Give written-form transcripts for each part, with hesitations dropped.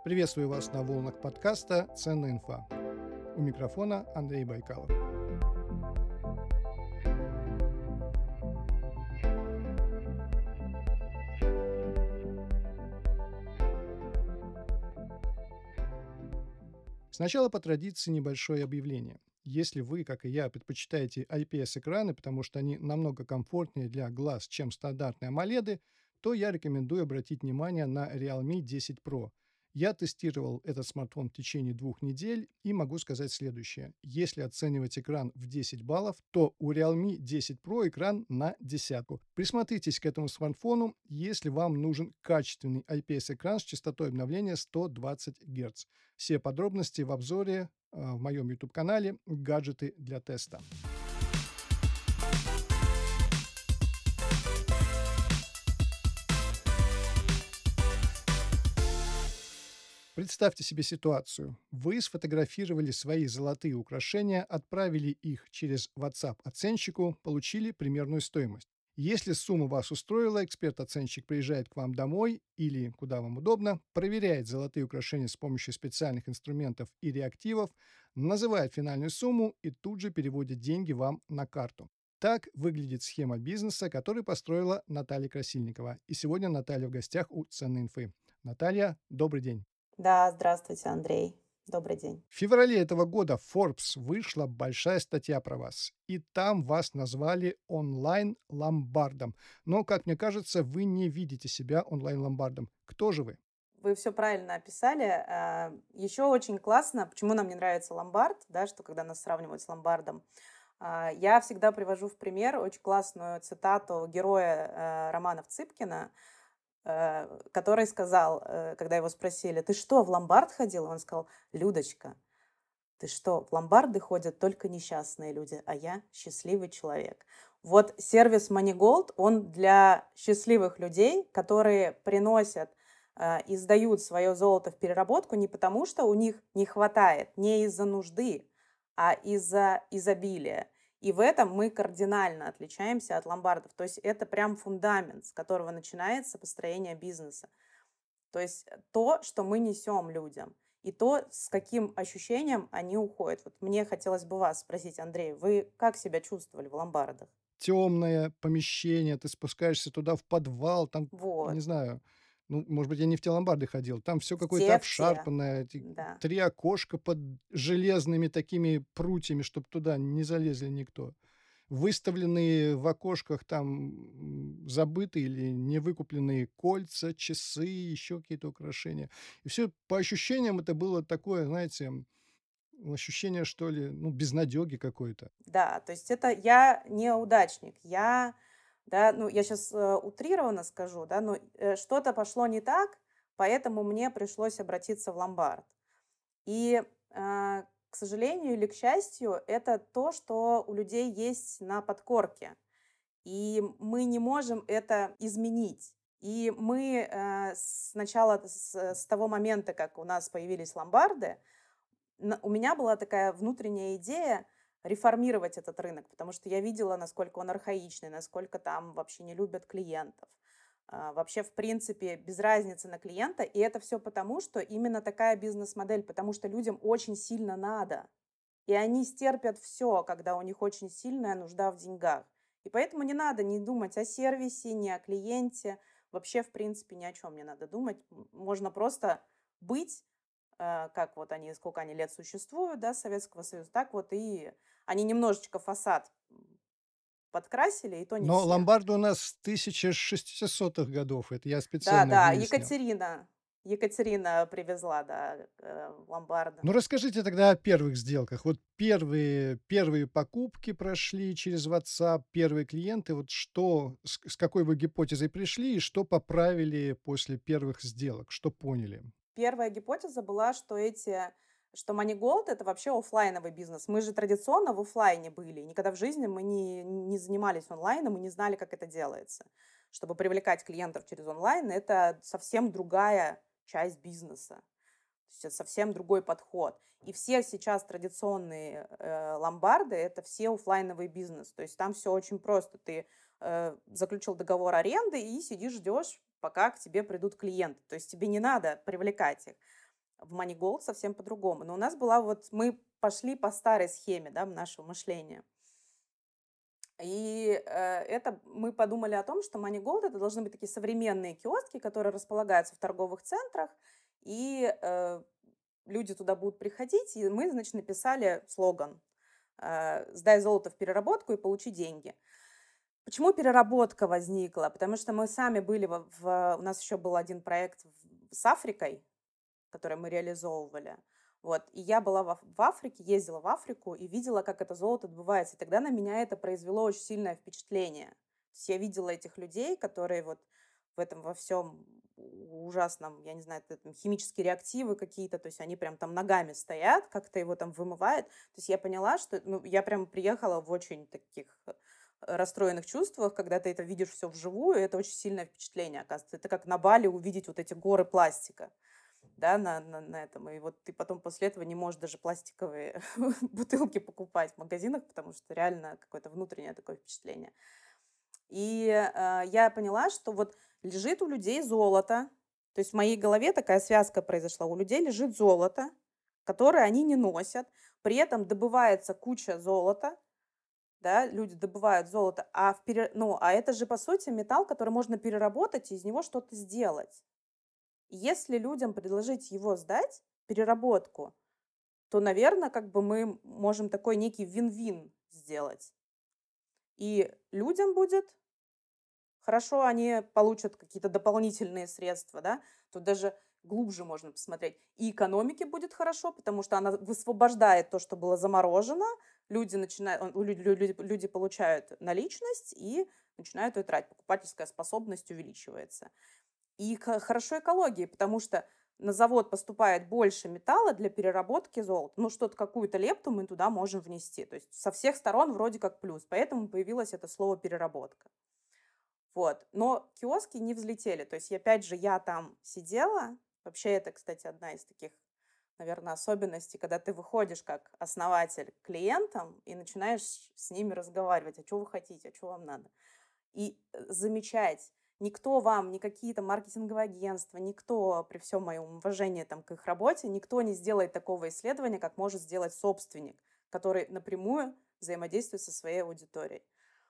Приветствую вас на волнах подкаста «Ценная инфа». У микрофона Андрей Байкалов. Сначала по традиции небольшое объявление. Если вы, как и я, предпочитаете IPS-экраны, потому что они намного комфортнее для глаз, чем стандартные AMOLED, то я рекомендую обратить внимание на Realme 10 Pro. Я тестировал этот смартфон в течение 2 недель и могу сказать следующее. Если оценивать экран в 10 баллов, то у Realme 10 Pro экран на десятку. Присмотритесь к этому смартфону, если вам нужен качественный IPS-экран с частотой обновления 120 Гц. Все подробности в обзоре в моем YouTube-канале «Гаджеты для теста». Представьте себе ситуацию. Вы сфотографировали свои золотые украшения, отправили их через WhatsApp оценщику, получили примерную стоимость. Если сумма вас устроила, эксперт-оценщик приезжает к вам домой или, куда вам удобно, проверяет золотые украшения с помощью специальных инструментов и реактивов, называет финальную сумму и тут же переводит деньги вам на карту. Так выглядит схема бизнеса, которую построила Наталья Красильникова. И сегодня Наталья в гостях у «Ценной инфы». Наталья, добрый день. Да, здравствуйте, Андрей. Добрый день. В феврале этого года в Forbes вышла большая статья про вас, и там вас назвали онлайн-ломбардом. Но, как мне кажется, вы не видите себя онлайн-ломбардом. Кто же вы? Вы все правильно описали. Еще очень классно, почему нам не нравится ломбард, да, что когда нас сравнивают с ломбардом. Я всегда привожу в пример очень классную цитату героя романов Цыпкина, который сказал, когда его спросили: «Ты что, в ломбард ходил?» Он сказал: «Людочка, ты что, в ломбарды ходят только несчастные люди, а я счастливый человек». Вот сервис MoneyGold, он для счастливых людей, которые приносят и сдают свое золото в переработку не потому, что у них не хватает, не из-за нужды, а из-за изобилия. И в этом мы кардинально отличаемся от ломбардов. То есть это прям фундамент, с которого начинается построение бизнеса. То есть то, что мы несем людям, и то, с каким ощущением они уходят. Вот мне хотелось бы вас спросить, Андрей, вы как себя чувствовали в ломбардах? Темное помещение, ты спускаешься туда в подвал, там, не Вот, знаю, ну, может быть, я не в те ломбарды ходил, там все какое-то в те, обшарпанное, эти да. 3 окошка под железными такими прутьями, чтобы туда не залезли никто. Выставленные в окошках там забытые или невыкупленные кольца, часы, еще какие-то украшения. И все по ощущениям это было такое, знаете, ощущение, что ли, ну, безнадеги какой-то. Да, то есть это я неудачник, да, ну, я сейчас утрированно скажу, да, но что-то пошло не так, поэтому мне пришлось обратиться в ломбард. И, к сожалению или к счастью, это то, что у людей есть на подкорке, и мы не можем это изменить. И мы сначала с того момента, как у нас появились ломбарды, у меня была такая внутренняя идея реформировать этот рынок, потому что я видела, насколько он архаичный, насколько там вообще не любят клиентов. Вообще, в принципе, без разницы на клиента. И это все потому, что именно такая бизнес-модель, потому что людям очень сильно надо. И они стерпят все, когда у них очень сильная нужда в деньгах. И поэтому не надо не думать о сервисе, ни о клиенте. Вообще, в принципе, ни о чем не надо думать. Можно просто быть, как вот они, сколько они лет существуют, да, Советского Союза, так вот и они немножечко фасад подкрасили, и то не Но все. ломбарды у нас с 1600-х годов. Это я специально Да-да, выяснил. Екатерина привезла, да, ломбарды. Ну, расскажите тогда о первых сделках. Вот первые покупки прошли через WhatsApp, первые клиенты. Вот что, с какой вы гипотезой пришли и что поправили после первых сделок? Что поняли? Первая гипотеза была, что MoneyGold — это вообще оффлайновый бизнес. Мы же традиционно в оффлайне были. Никогда в жизни мы не занимались онлайном и не знали, как это делается. Чтобы привлекать клиентов через онлайн, это совсем другая часть бизнеса. То есть это совсем другой подход. И все сейчас традиционные ломбарды — это все оффлайновый бизнес. То есть там все очень просто. Ты заключил договор аренды и сидишь, ждешь, пока к тебе придут клиенты. То есть тебе не надо привлекать их. В Moneygold совсем по-другому. Но у нас была вот мы пошли по старой схеме, да, нашего мышления. И, это мы подумали о том, что Moneygold — это должны быть такие современные киоски, которые располагаются в торговых центрах, и, люди туда будут приходить. И мы, значит, написали слоган, "Сдай золото в переработку и получи деньги". Почему переработка возникла? Потому что мы сами были у нас еще был один проект с Африкой, которые мы реализовывали. Вот. И я была в Африке, ездила в Африку и видела, как это золото добывается. И тогда на меня это произвело очень сильное впечатление. То есть я видела этих людей, которые вот в этом во всем ужасном, я не знаю, это там химические реактивы какие-то, то есть они прям там ногами стоят, как-то его там вымывают. То есть я поняла, что, ну, я прям приехала в очень таких расстроенных чувствах, когда ты это видишь все вживую, и это очень сильное впечатление, оказывается. Это как на Бали увидеть вот эти горы пластика, да, на этом. И вот ты потом после этого не можешь даже пластиковые бутылки покупать в магазинах, потому что реально какое-то внутреннее такое впечатление. И, я поняла, что вот лежит у людей золото. То есть в моей голове такая связка произошла. У людей лежит золото, которое они не носят. При этом добывается куча золота, да, люди добывают золото, а это же, по сути, металл, который можно переработать и из него что-то сделать. И если людям предложить его сдать, переработку, то, наверное, как бы мы можем такой некий вин-вин сделать. И людям будет хорошо, они получат какие-то дополнительные средства, да. Тут даже глубже можно посмотреть. И экономике будет хорошо, потому что она высвобождает то, что было заморожено. Люди получают наличность и начинают ее тратить. Покупательская способность увеличивается. И хорошо экологии, потому что на завод поступает больше металла для переработки золота. Ну, что-то, какую-то лепту мы туда можем внести. То есть со всех сторон вроде как плюс. Поэтому появилось это слово переработка. Вот. Но киоски не взлетели. То есть, опять же, я там сидела. Вообще, это, кстати, одна из таких, наверное, особенностей, когда ты выходишь как основатель к клиентам и начинаешь с ними разговаривать. А что вы хотите, а что вам надо? И замечать, никто вам, ни какие-то маркетинговые агентства, никто, при всем моем уважении там, к их работе, никто не сделает такого исследования, как может сделать собственник, который напрямую взаимодействует со своей аудиторией.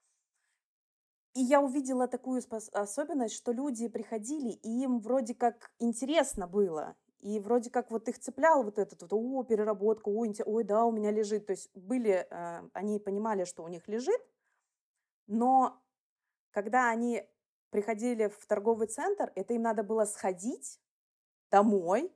И я увидела такую особенность, что люди приходили, и им вроде как интересно было. И вроде как вот их цеплял вот этот вот, о, переработка, ой, да, у меня лежит. То есть они понимали, что у них лежит, но когда они приходили в торговый центр, это им надо было сходить домой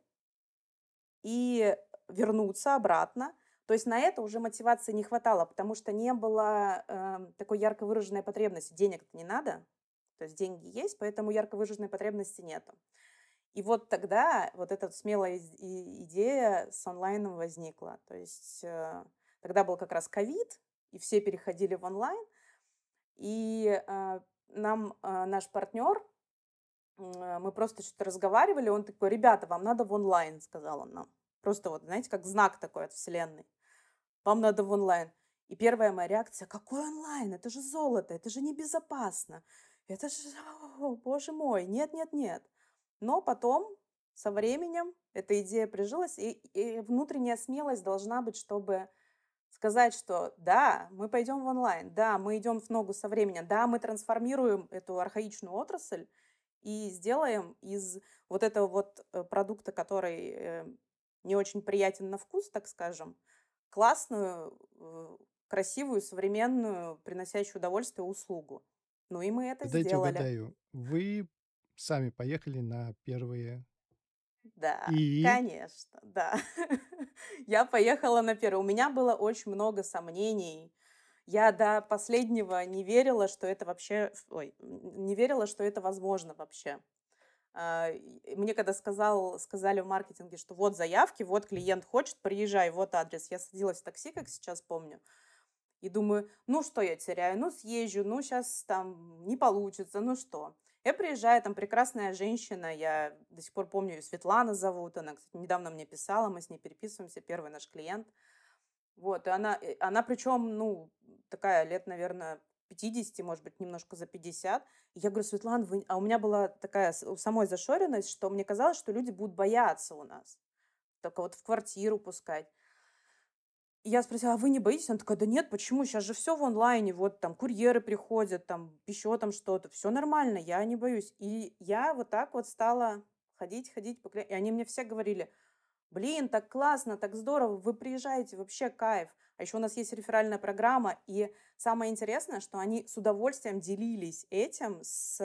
и вернуться обратно. То есть на это уже мотивации не хватало, потому что не было, такой ярко выраженной потребности. Денег-то не надо, то есть деньги есть, поэтому ярко выраженной потребности нету. И вот тогда вот эта вот смелая идея с онлайном возникла. То есть, тогда был как раз ковид, и все переходили в онлайн. И, наш партнер, мы просто что-то разговаривали, он такой: "Ребята, вам надо в онлайн", сказал он нам. Просто вот, знаете, как знак такой от вселенной. "Вам надо в онлайн". И первая моя реакция: "Какой онлайн? Это же золото, это же небезопасно. Это же, о, боже мой, нет, нет, нет". Но потом, со временем, эта идея прижилась, и внутренняя смелость должна быть, чтобы сказать, что да, мы пойдем в онлайн, да, мы идем в ногу со временем, да, мы трансформируем эту архаичную отрасль и сделаем из вот этого вот продукта, который не очень приятен на вкус, так скажем, классную, красивую, современную, приносящую удовольствие услугу. Ну и мы это Дайте сделали. угадаю, вы сами поехали на первые Да, и конечно, да. Я поехала на первый. У меня было очень много сомнений. Я до последнего не верила, что это вообще, не верила, что это возможно вообще. Мне когда сказали в маркетинге, что вот заявки, вот клиент хочет, приезжай, вот адрес. Я садилась в такси, как сейчас помню, и думаю, ну что я теряю, ну съезжу, ну сейчас там не получится, ну что. Я приезжаю, там прекрасная женщина, я до сих пор помню ее, Светлана зовут, она, кстати, недавно мне писала, мы с ней переписываемся, первый наш клиент. Вот, и она причем, ну, такая лет, наверное, 50, может быть, немножко за 50. И я говорю: "Светлана, а у меня была такая у самой зашоренность, что мне казалось, что люди будут бояться у нас. кого-то в квартиру пускать. И я спросила: "А вы не боитесь?" Она такая: "Да нет, почему? Сейчас же все в онлайне, вот там курьеры приходят, там еще там что-то, все нормально, я не боюсь". И я вот так вот стала ходить по и они мне все говорили: "Блин, так классно, так здорово, вы приезжаете, вообще кайф". А еще у нас есть реферальная программа, и самое интересное, что они с удовольствием делились этим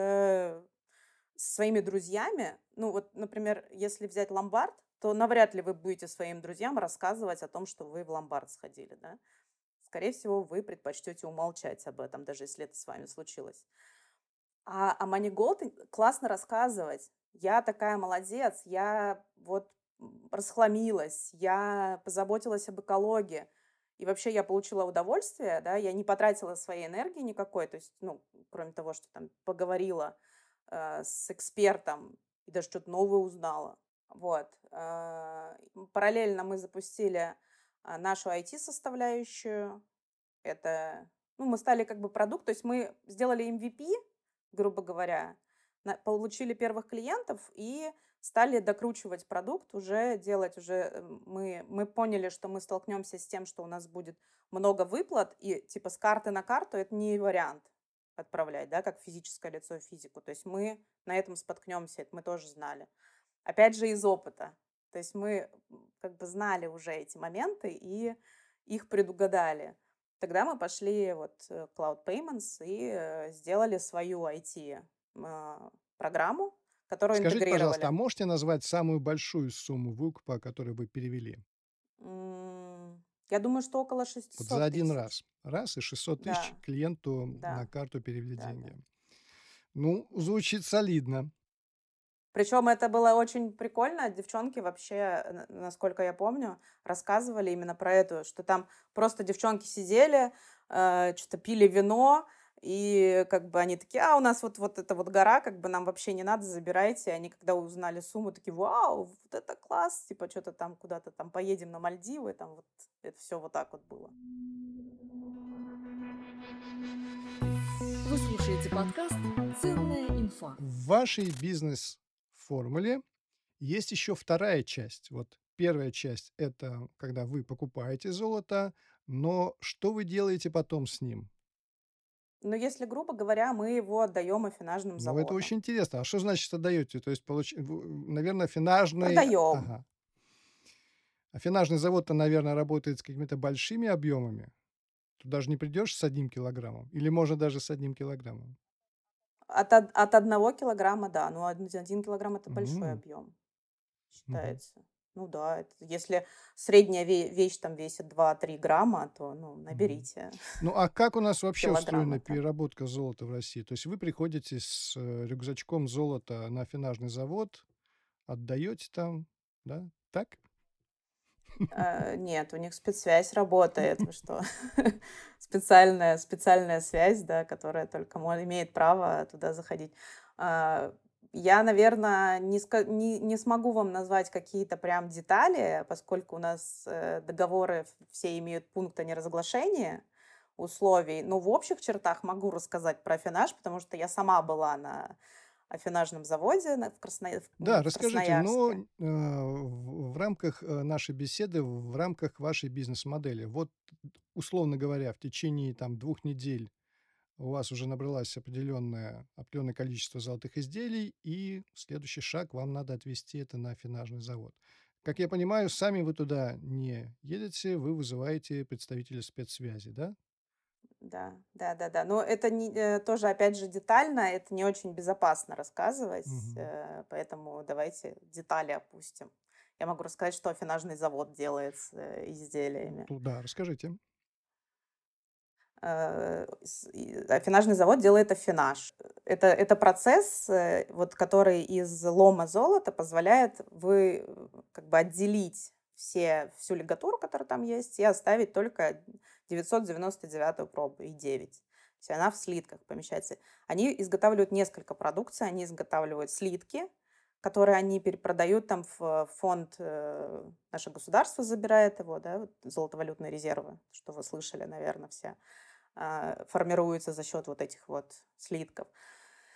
с своими друзьями. Ну вот, например, если взять ломбард, то навряд ли вы будете своим друзьям рассказывать о том, что вы в ломбард сходили, да. Скорее всего, вы предпочтете умолчать об этом, даже если это с вами случилось. А о Money Gold классно рассказывать. Я такая молодец, я вот расхламилась, я позаботилась об экологии. И вообще я получила удовольствие, да, я не потратила своей энергии никакой, то есть, ну, кроме того, что там поговорила с экспертом и даже что-то новое узнала. Вот. Параллельно мы запустили нашу IT-составляющую. Это, ну, мы стали как бы продукт, то есть мы сделали MVP, грубо говоря, получили первых клиентов и стали докручивать продукт, уже делать, уже мы поняли, что мы столкнемся с тем, что у нас будет много выплат, и типа с карты на карту это не вариант отправлять, да, как физическое лицо в физику. То есть мы на этом споткнемся, это мы тоже знали. Опять же, из опыта. То есть мы как бы знали уже эти моменты и их предугадали. Тогда мы пошли вот Cloud Payments и сделали свою IT-программу, которую Скажите, пожалуйста, а интегрировали. можете назвать самую большую сумму выкупа, которую вы перевели? Я думаю, что около Вот за 600 один тысяч. раз. Раз и 600 тысяч Да, клиенту на да, карту перевели да, да. деньги. Ну, звучит солидно. Причем это было очень прикольно. Девчонки вообще, насколько я помню, рассказывали именно про это, что там просто девчонки сидели, что-то пили вино, и как бы они такие: "А, у нас вот эта вот гора, как бы нам вообще не надо, забирайте". И они, когда узнали сумму, такие: "Вау, вот это класс!" Типа что-то там куда-то там поедем на Мальдивы, там вот это все вот так вот было. Вы слушаете подкаст «Ценная инфа». В вашей бизнес-формуле есть еще вторая часть. Вот первая часть — это когда вы покупаете золото, но что вы делаете потом с ним? Но если грубо говоря, мы его отдаем аффинажным Ну, это заводам. очень интересно. А что значит отдаете? То есть, наверное, аффинажный, Продаем. ага. Аффинажный завод-то, наверное, работает с какими-то большими объемами. Туда же не придешь с 1 килограммом. Или можно даже с 1 килограммом. От 1 килограмма, да. Ну, 1 килограмм — это большой М, объем мгм. считается. Ну да, это если средняя вещь там весит 2-3 грамма, то, ну, Мгм. наберите Ну, а как у нас вообще устроена килограмма-то. переработка золота в России? То есть вы приходите с, рюкзачком золота на аффинажный завод, отдаете там, да? Так? Нет, у них спецсвязь работает. Вы что? Специальная связь, да, которая только имеет право туда заходить. А, я, наверное, не смогу вам назвать какие-то прям детали, поскольку у нас договоры все имеют пункт о неразглашении условий. Но в общих чертах могу рассказать про Афинаж, потому что я сама была на аффинажном заводе Да, в расскажите, но, Красноярске. в рамках, нашей беседы, в рамках вашей бизнес-модели. Вот, условно говоря, в течение там 2 недель у вас уже набралось определенное количество золотых изделий, и следующий шаг — вам надо отвезти это на аффинажный завод. Как я понимаю, сами вы туда не едете, вы вызываете представителя спецсвязи, да? Да, да-да-да. Но это тоже, опять же, детально, это не очень безопасно рассказывать, Мгм. поэтому давайте детали опустим. Я могу рассказать, что аффинажный завод делает с изделиями. Ну да, расскажите. Аффинажный завод делает аффинаж. Это процесс, вот, который из лома золота позволяет как бы отделить всю лигатуру, которая там есть, и оставить только 999 пробу и 9. То есть она в слитках помещается. Они изготавливают несколько продукций. Они изготавливают слитки, которые они перепродают там в фонд, наше государство забирает его, да, вот золотовалютные резервы, что вы слышали, наверное, все формируется за счет вот этих вот слитков.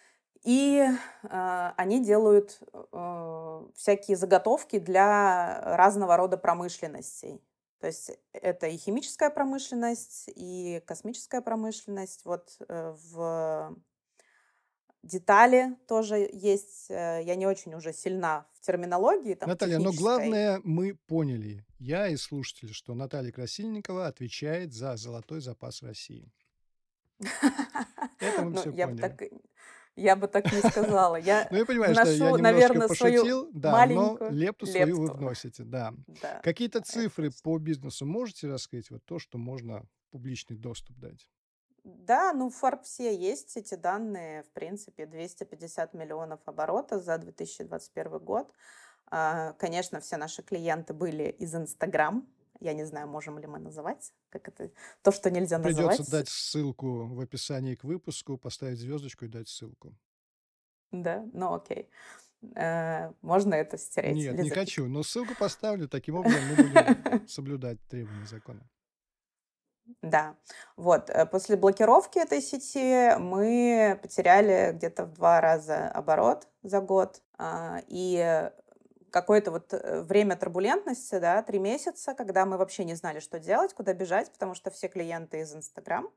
И они делают всякие заготовки для разного рода промышленностей. То есть это и химическая промышленность, и космическая промышленность. Вот в детали тоже есть. Я не очень уже сильна в терминологии там Наталья, но технической. главное мы поняли, я и слушатели, что Наталья Красильникова отвечает за золотой запас России. Это мы Ну, все поняли. я бы так не сказала. Я Ну, я понимаю, что я вношу, немножко наверное, свою пошутил, да, но маленькую лепту свою вы лепту. вносите, да. Да, Какие-то это цифры точно. по бизнесу можете раскрыть? Вот то, что можно в публичный доступ дать. Да, ну в Форбсе есть эти данные, в принципе, 250 миллионов оборота за 2021 год. Конечно, все наши клиенты были из Инстаграм. Я не знаю, можем ли мы называть, как это, то, что нельзя Придется называть. дать ссылку в описании к выпуску, поставить звездочку и дать ссылку. Да, ну окей. Можно это стереть Нет, или не запикать. хочу, но ссылку поставлю. Таким образом мы будем соблюдать требования закона. Да, вот, после блокировки этой сети мы потеряли где-то в 2 раза оборот за год. И какое-то вот время турбулентности, да, 3 месяца, когда мы вообще не знали, что делать, куда бежать, потому что все клиенты из Инстаграм.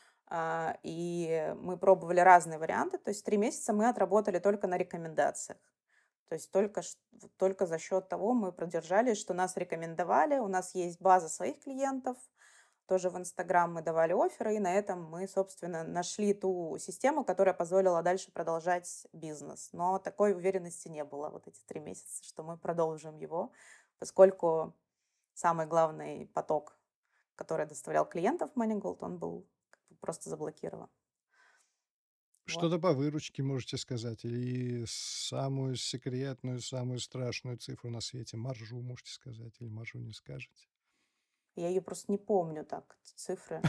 И мы пробовали разные варианты. То есть 3 месяца мы отработали только на рекомендациях. То есть вот только за счет того мы продержались, что нас рекомендовали, у нас есть база своих клиентов, тоже в Инстаграм мы давали офферы, и на этом мы, собственно, нашли ту систему, которая позволила дальше продолжать бизнес. Но такой уверенности не было вот эти 3 месяца, что мы продолжим его, поскольку самый главный поток, который доставлял клиентов в Moneygold, он был как бы просто заблокирован. Вот. Что-то по выручке можете сказать? Или самую секретную, самую страшную цифру на свете? Маржу можете сказать или маржу не скажете? Я ее просто не помню так, эти цифры.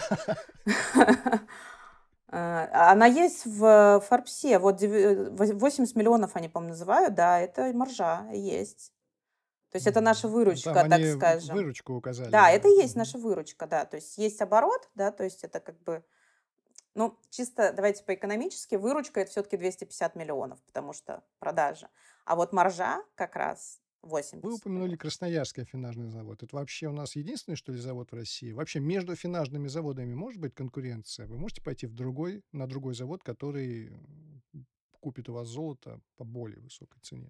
Она есть в Форбсе. Вот 80 миллионов они, по-моему, называют. Да, это маржа есть. То есть это наша Ну, там выручка, так они скажем. выручку указали, Да, да. это и есть Мгм. наша выручка, да. То есть есть оборот, да, то есть это как бы, ну, чисто давайте по-экономически, выручка это все-таки 250 миллионов, потому что продажа. А вот маржа как раз Вы 80 упомянули миллионов. Красноярский афинажный завод. Это вообще у нас единственный, что ли, завод в России? Вообще между афинажными заводами может быть конкуренция? Вы можете пойти на другой завод, который купит у вас золото по более высокой цене?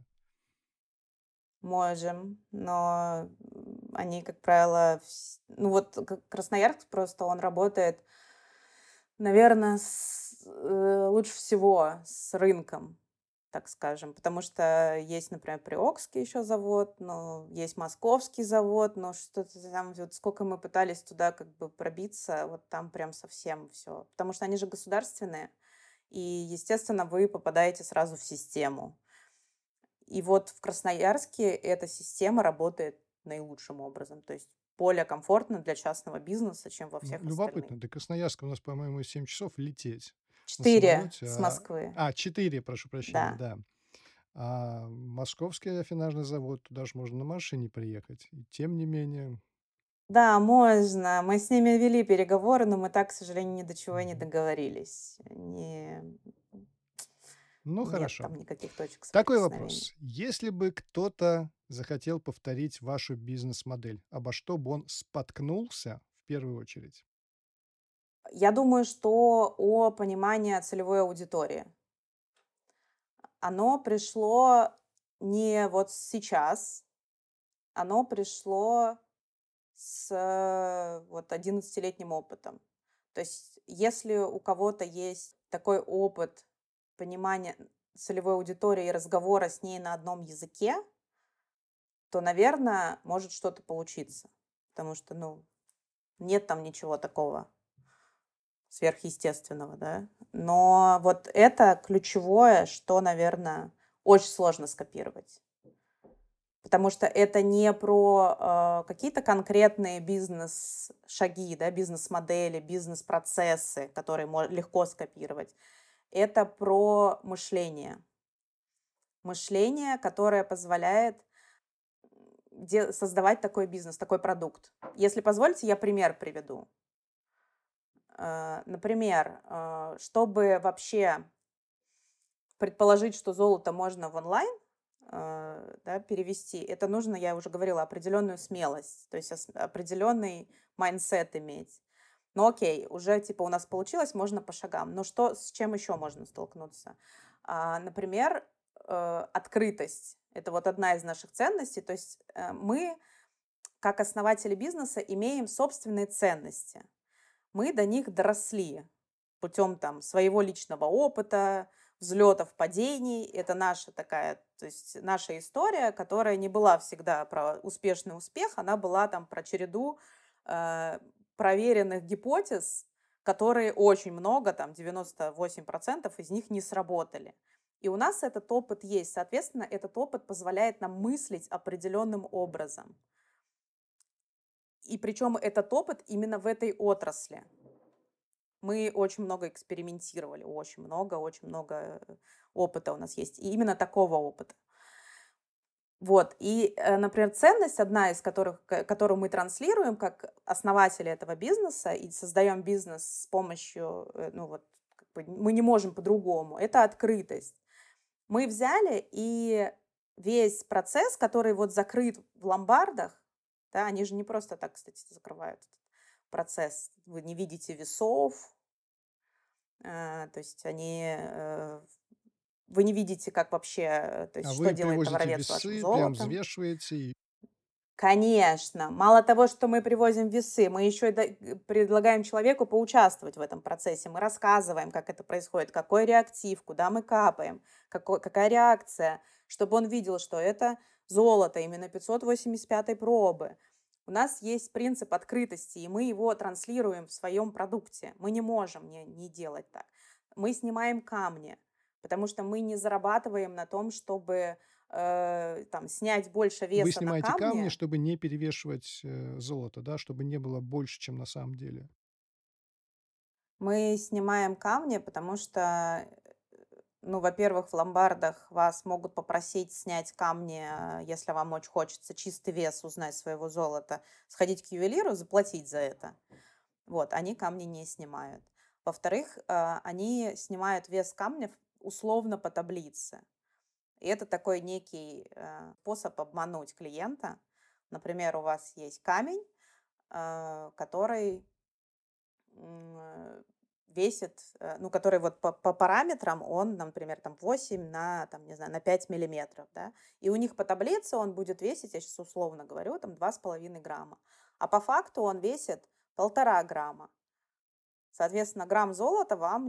Можем, но они, как правило, ну вот Красноярск просто, он работает, наверное, лучше всего с рынком, так скажем, потому что есть, например, Приокский еще завод, но есть Московский завод, но что-то там, вот сколько мы пытались туда как бы пробиться, вот там прям совсем все, потому что они же государственные, и, естественно, вы попадаете сразу в систему. И вот в Красноярске эта система работает наилучшим образом, то есть более комфортно для частного бизнеса, чем во Ну, всех остальных. любопытно. До Красноярска у нас, по-моему, 7 часов лететь на 4 самолете. с Москвы, 4, прошу прощения, да. да. А Московский афинажный завод, туда же можно на машине приехать. И тем не менее. Да, можно. Мы с ними вели переговоры, но мы так, к сожалению, ни до чего не Мгм. договорились. Ну, Нет хорошо. там никаких точек Такой соприкосновения. вопрос. Если бы кто-то захотел повторить вашу бизнес-модель, обо что бы он споткнулся в первую очередь? Я думаю, что о понимании целевой аудитории. Оно пришло не вот сейчас, оно пришло с вот 11-летним опытом. То есть если у кого-то есть такой опыт понимания целевой аудитории и разговора с ней на одном языке, то, наверное, может что-то получиться. Потому что, ну, нет там ничего такого сверхъестественного, да. Но вот это ключевое, что, наверное, очень сложно скопировать. Потому что это не про какие-то конкретные бизнес-шаги, да, бизнес-модели, бизнес-процессы, которые легко скопировать. Это про мышление. Мышление, которое позволяет создавать такой бизнес, такой продукт. Если позволите, я пример приведу. Например, чтобы вообще предположить, что золото можно в онлайн, да, перевести, это нужно, я уже говорила, определенную смелость, то есть определенный майндсет иметь. Ну окей, уже типа у нас получилось, можно по шагам. Но что, с чем еще можно столкнуться? Например, открытость. Это вот одна из наших ценностей. То есть мы, как основатели бизнеса, имеем собственные ценности. Мы до них доросли путем там своего личного опыта, взлетов, падений. Это наша такая, то есть наша история, которая не была всегда про успешный успех, она была там про череду проверенных гипотез, которые очень много, там 98% из них не сработали. И у нас этот опыт есть. Соответственно, этот опыт позволяет нам мыслить определенным образом. И причем этот опыт именно в этой отрасли. Мы очень много экспериментировали, очень много опыта у нас есть. И именно такого опыта. Вот. И, например, ценность, одна из которую мы транслируем как основатели этого бизнеса и создаем бизнес с помощью, ну вот, как бы мы не можем по-другому, это открытость. Мы взяли и весь процесс, который вот закрыт в ломбардах, да, они же не просто так, кстати, закрывают этот процесс. Вы не видите весов, то есть вы не видите, как вообще, то есть А что вы делает привозите товаровед с вашим весы, прям золотом. взвешиваете и Конечно. Мало того, что мы привозим весы, мы еще и предлагаем человеку поучаствовать в этом процессе. Мы рассказываем, как это происходит, какой реактив, куда мы капаем, какая реакция, чтобы он видел, что это золото именно 585 пробы. У нас есть принцип открытости, и мы его транслируем в своем продукте. Мы не можем не делать так. Мы снимаем камни, потому что мы не зарабатываем на том, чтобы там, снять больше вы веса на снимаете камни, камне. чтобы не перевешивать, золото, да, чтобы не было больше, чем на самом деле. Мы снимаем камни, потому что, ну, во-первых, в ломбардах вас могут попросить снять камни, если вам очень хочется чистый вес узнать своего золота, сходить к ювелиру, заплатить за это. Вот, они камни не снимают. Во-вторых, они снимают вес камня условно по таблице. И это такой некий способ обмануть клиента. Например, у вас есть камень, который весит, ну, который вот по параметрам, он, например, там 8 на, там, не знаю, на 5 миллиметров, да, и у них по таблице он будет весить, я сейчас условно говорю, там 2,5 грамма, а по факту он весит 1,5 грамма. Соответственно, грамм золота вам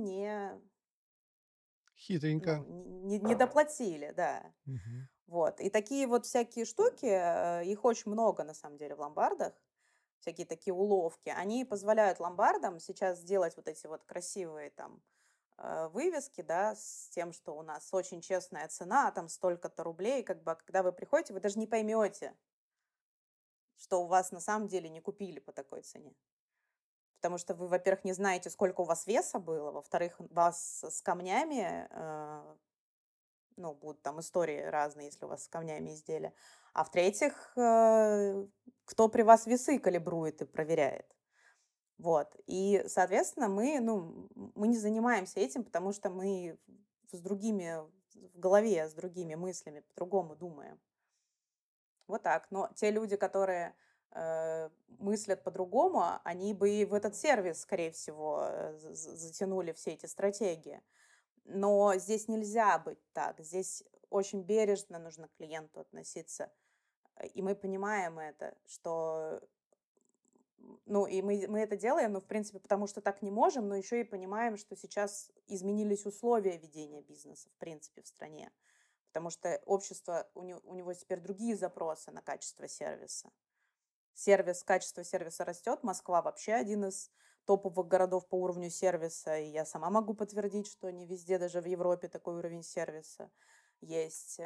Хитренько. не доплатили, да. Мгм. Вот. И такие вот всякие штуки, их очень много на самом деле в ломбардах, всякие такие уловки, они позволяют ломбардам сейчас сделать вот эти вот красивые там вывески, да, с тем, что у нас очень честная цена, там столько-то рублей, как бы, а когда вы приходите, вы даже не поймете, что у вас на самом деле не купили по такой цене. Потому что вы, во-первых, не знаете, сколько у вас веса было, во-вторых, вас с камнями ну, будут там истории разные, если у вас с камнями изделия. А в-третьих, кто при вас весы калибрует и проверяет. Вот. И, соответственно, мы не занимаемся этим, потому что мы с другими в голове, с другими мыслями по-другому думаем. Вот так. Но те люди, которые мыслят по-другому, они бы и в этот сервис, скорее всего, затянули все эти стратегии. Но здесь нельзя быть так. Здесь очень бережно нужно к клиенту относиться. И мы понимаем это, что ну, и мы это делаем, ну, в принципе, потому что так не можем, но еще и понимаем, что сейчас изменились условия ведения бизнеса, в принципе, в стране. Потому что общество, у него теперь другие запросы на качество сервиса. Качество сервиса растет. Москва вообще один из топовых городов по уровню сервиса. И я сама могу подтвердить, что не везде, даже в Европе, такой уровень сервиса есть.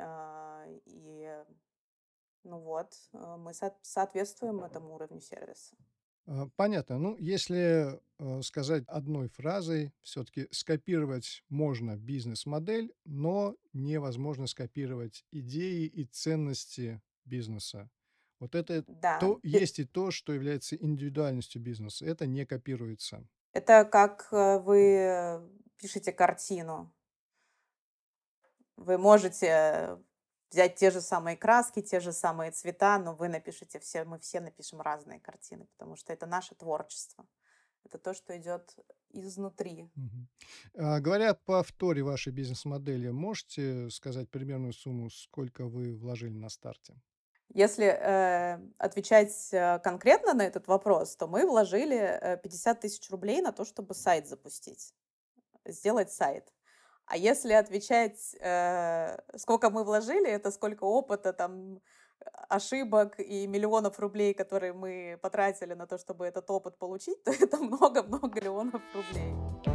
И, ну вот, мы соответствуем этому уровню сервиса. Понятно. Ну, если, сказать одной фразой, все-таки скопировать можно бизнес-модель, но невозможно скопировать идеи и ценности бизнеса. Вот это Да, есть и то, что является индивидуальностью бизнеса. Это не копируется. это как вы пишете картину. Вы можете взять те же самые краски, те же самые цвета, но вы напишите все, мы все напишем разные картины, потому что это наше творчество. Это то, что идет изнутри. Мгм. Говоря о повторе вашей бизнес-модели, можете сказать примерную сумму, сколько вы вложили на старте? Если отвечать конкретно на этот вопрос, то мы вложили 50 тысяч рублей на то, чтобы сайт запустить, сделать сайт. А если отвечать, сколько мы вложили, это сколько опыта, там, ошибок и миллионов рублей, которые мы потратили на то, чтобы этот опыт получить, то это много-много миллионов рублей.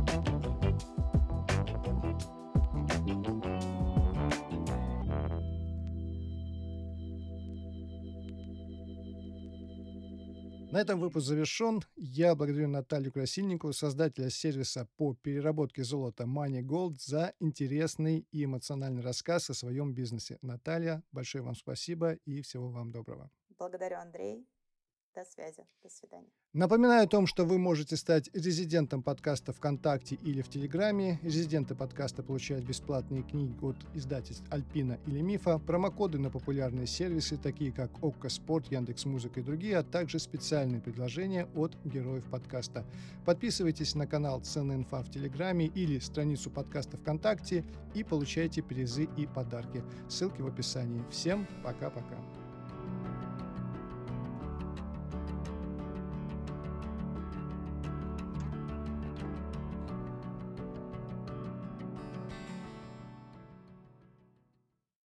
На этом выпуск завершен. Я благодарю Наталью Красильникову, создателя сервиса по переработке золота Money Gold, за интересный и эмоциональный рассказ о своем бизнесе. Наталья, большое вам спасибо и всего вам доброго. Благодарю, Андрей. До связи. До свидания. Напоминаю о том, что вы можете стать резидентом подкаста ВКонтакте или в Телеграме. Резиденты подкаста получают бесплатные книги от издательств Альпина или Мифа, промокоды на популярные сервисы, такие как ОККО Спорт, Яндекс.Музыка и другие, а также специальные предложения от героев подкаста. Подписывайтесь на канал «Ценная инфа» в Телеграме или страницу подкаста ВКонтакте и получайте призы и подарки. Ссылки в описании. Всем пока-пока.